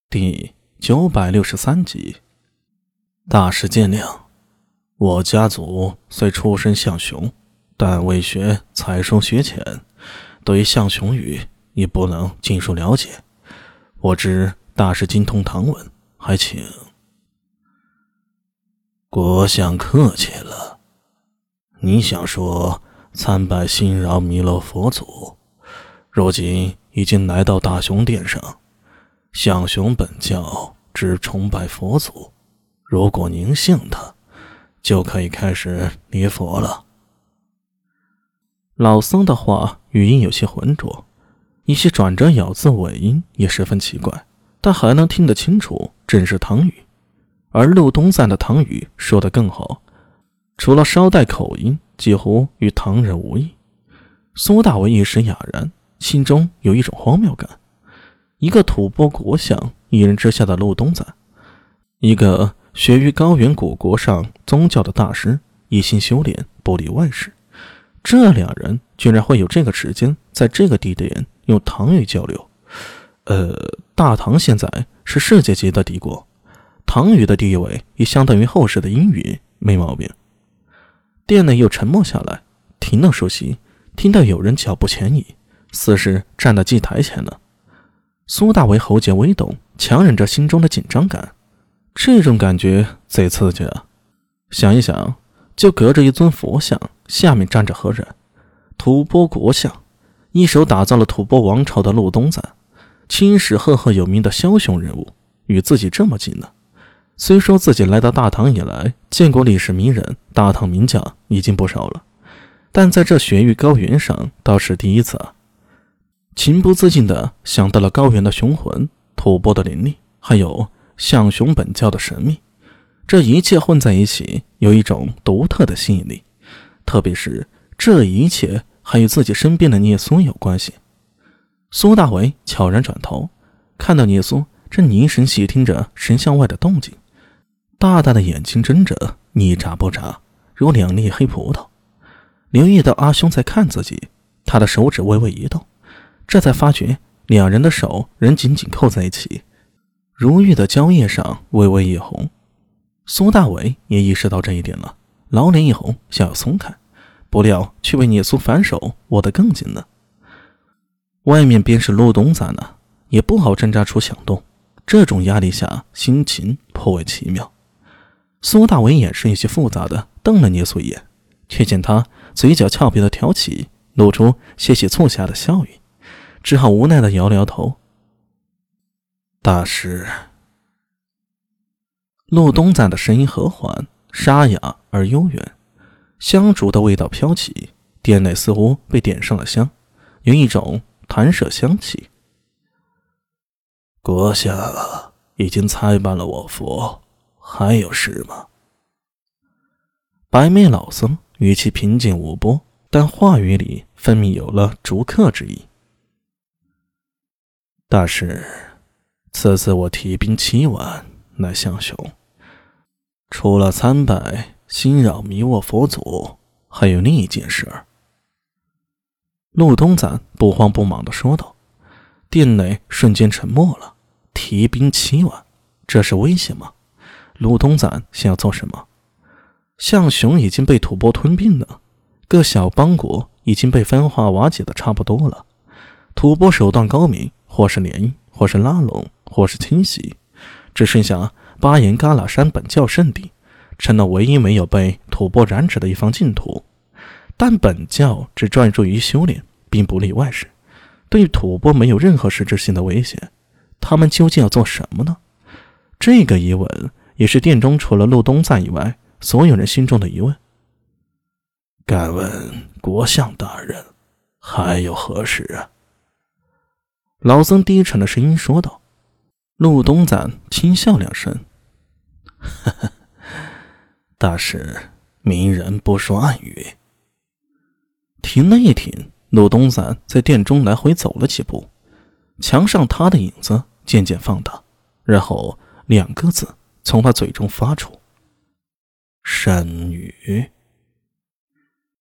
第963集。大师见谅，我家族虽出身象雄，但为学才疏学浅，对于象雄语也不能尽数了解。我知大师精通唐文，还请国相客气了。你想说参拜心饶弥勒佛祖，如今已经来到大雄殿上，象雄本教只崇拜佛祖，如果您信他，就可以开始礼佛了。老僧的话语音有些浑浊，一些转折咬字尾音也十分奇怪，但还能听得清楚正是唐语。而陆东赞的唐语说得更好，除了稍带口音，几乎与唐人无异。苏大为一时哑然，心中有一种荒谬感。一个吐蕃国相一人之下的陆东赞，一个学于高原古国上宗教的大师，一心修炼不理外事，这两人居然会有这个时间在这个地点用唐语交流。大唐现在是世界级的帝国，唐语的地位也相当于后世的英语，没毛病。店内又沉默下来，停了熟悉，听到有人脚步前移，似是站在祭台前了。苏大为喉结微动，强忍着心中的紧张感，这种感觉贼刺激啊！想一想，就隔着一尊佛像，下面站着何人？吐蕃国相，一手打造了吐蕃王朝的陆东赞，青史赫赫有名的枭雄人物，与自己这么近呢。虽说自己来到大唐以来，见过历史名人、大唐名将已经不少了，但在这雪域高原上倒是第一次啊！情不自禁地想到了高原的雄浑、吐蕃的凌厉，还有象雄本教的神秘，这一切混在一起，有一种独特的吸引力。特别是这一切还与自己身边的聂苏有关系。苏大为悄然转头，看到聂苏正凝神细听着神像外的动静，大大的眼睛睁着，一眨不眨，如两粒黑葡萄。留意到阿兄在看自己，他的手指微微一动，这才发觉两人的手仍紧紧扣在一起，如玉的蕉叶上微微一红。苏大为也意识到这一点了，老脸一红，想要松开，不料却被聂苏反手握得更紧了。外面便是陆东赞呢，也不好挣扎出响动，这种压力下心情颇为奇妙。苏大为眼神有些复杂的瞪了聂苏一眼，却见他嘴角俏皮的挑起，露出些许促狭的笑语，只好无奈的摇了摇头。大师。陆东赞的声音和缓、沙哑而悠远，香烛的味道飘起，店内似乎被点上了香，有一种弹麝香气。国相已经参拜了我佛，还有事吗？白眉老僧语气平静无波，但话语里分明有了逐客之意。大师，此次我提兵7万来象雄，除了参拜心扰弥勒佛祖，还有另一件事儿。陆东赞不慌不忙地说道。店内瞬间沉默了。提兵7万，这是威胁吗？陆东赞想要做什么？象雄已经被吐蕃吞并了，各小邦国已经被分化瓦解的差不多了。吐蕃手段高明，或是联姻，或是拉拢，或是侵袭，只剩下巴颜嘎拉山本教圣地，成了唯一没有被吐蕃染指的一方净土。但本教只专注于修炼，并不理外事，对吐蕃没有任何实质性的威胁。他们究竟要做什么呢？这个疑问也是殿中除了陆东赞以外所有人心中的疑问。敢问国相大人，还有何事啊？老僧低沉的声音说道。陆东赞轻笑两声，呵呵，大师，明人不说暗语。停了一停，陆东赞在殿中来回走了几步，墙上他的影子渐渐放大，然后2个字从他嘴中发出：神女。